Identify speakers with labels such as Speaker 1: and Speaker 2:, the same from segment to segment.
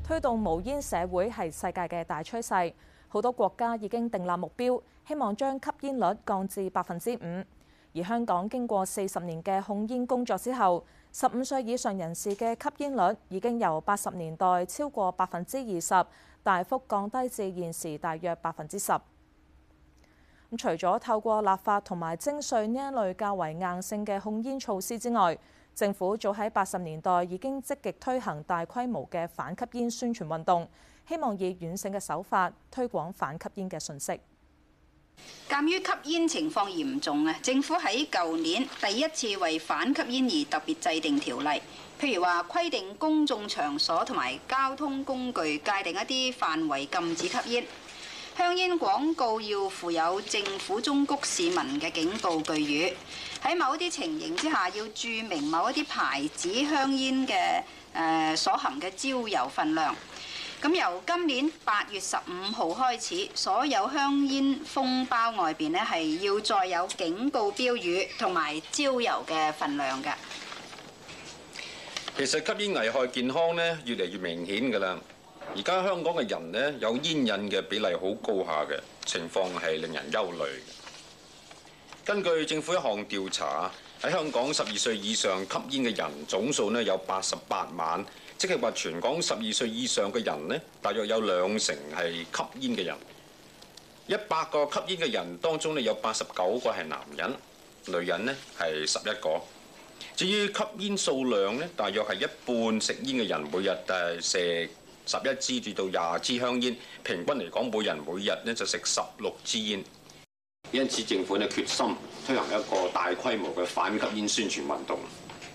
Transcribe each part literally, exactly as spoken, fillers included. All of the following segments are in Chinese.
Speaker 1: 推動無煙社會係世界嘅大趨勢，好多國家已經訂立目標，希望將吸煙率降至百分之五。而香港經過四十年嘅控煙工作之後，十五歲以上人士嘅吸煙率已經由八十年代超過百分之二十，大幅降低至現時大約百分之十。咁除咗透過立法同埋徵稅呢一類較為硬性嘅控煙措施之外，政府早喺八十年代已經積極推行大規模嘅反吸煙宣傳運動，希望以軟性嘅手法推廣反吸煙嘅訊息。
Speaker 2: 鑑於吸煙情況嚴重啊，政府喺舊年第一次為反吸煙而特別制定條例，譬如話規定公眾場所同埋交通工具界定一啲範圍禁止吸煙。香煙廣告要附有政府忠告市民嘅警告句語，喺某一啲情形之下要註明某一啲牌子香煙嘅誒所含嘅焦油分量。咁由今年八月十五號開始，所有香煙封包外邊咧係要載有警告標語同埋焦油嘅分量嘅。
Speaker 3: 其實吸煙危害健康咧越嚟越明顯㗎啦。而家香港嘅人呢，有煙癮嘅比例好高下嘅情況係令人憂慮嘅。根據政府一項調查，喺香港十二歲以上吸煙嘅人總數呢有八十八萬，即係話全港十二歲以上嘅人呢，大約有兩成係吸煙嘅人。一百個吸煙嘅人當中呢，有八十九個係男人，女人呢係十一個。至於吸煙數量呢，大約係一半食煙嘅人每日誒食十一支至到廿支香煙，平均嚟講，每人每日呢就食十六支煙。因此，政府呢決心推行一個大規模嘅反吸煙宣傳運動。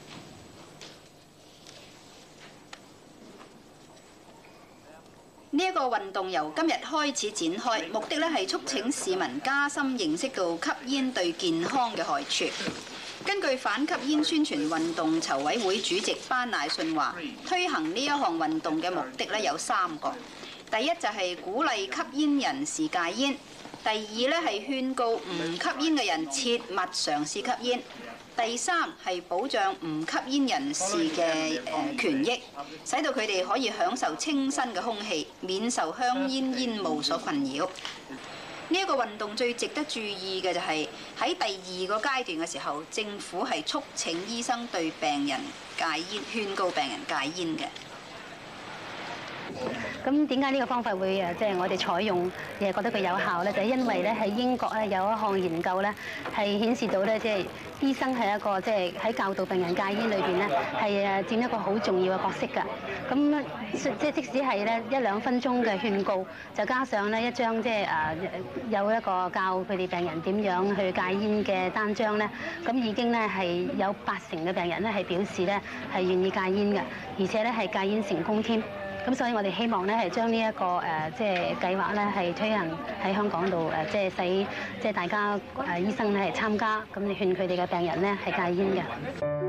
Speaker 2: 呢一個運動由今日開始展開，目的咧係促請市民加深認識到吸煙對健康嘅害處。根據反吸煙宣傳運動籌委會主席班乃信話，推行呢一項運動嘅目的咧有三個。第一就係鼓勵吸煙人士戒煙；第二咧係勸告唔吸煙嘅人切勿嘗試吸煙；第三係保障唔吸煙人士嘅誒權益，使到佢哋可以享受清新嘅空氣，免受香煙煙霧所困擾。呢一個運動最值得注意嘅就係喺第二個階段嘅時候，政府係促請醫生對病人戒煙，勸告病人戒煙嘅。
Speaker 4: 咁點解呢個方法會誒即係我哋採用，亦覺得佢有效咧？就係因為咧喺英國咧有一項研究咧係顯示到咧，即係醫生係一個即係喺教導病人戒煙裏邊咧係誒佔一個好重要嘅角色㗎。咁即係即使係咧一兩分鐘嘅勸告，就加上咧一張即係誒有一個教佢哋病人點樣去戒煙嘅單張咧，咁已經咧係有八成嘅病人咧係表示咧係願意戒煙嘅，而且咧係戒煙成功添。咁所以我哋希望咧係將呢一個誒即係計劃咧係推行喺香港度誒，即係使即係大家誒醫生咧係參加，咁你勸佢哋嘅病人咧係戒煙嘅。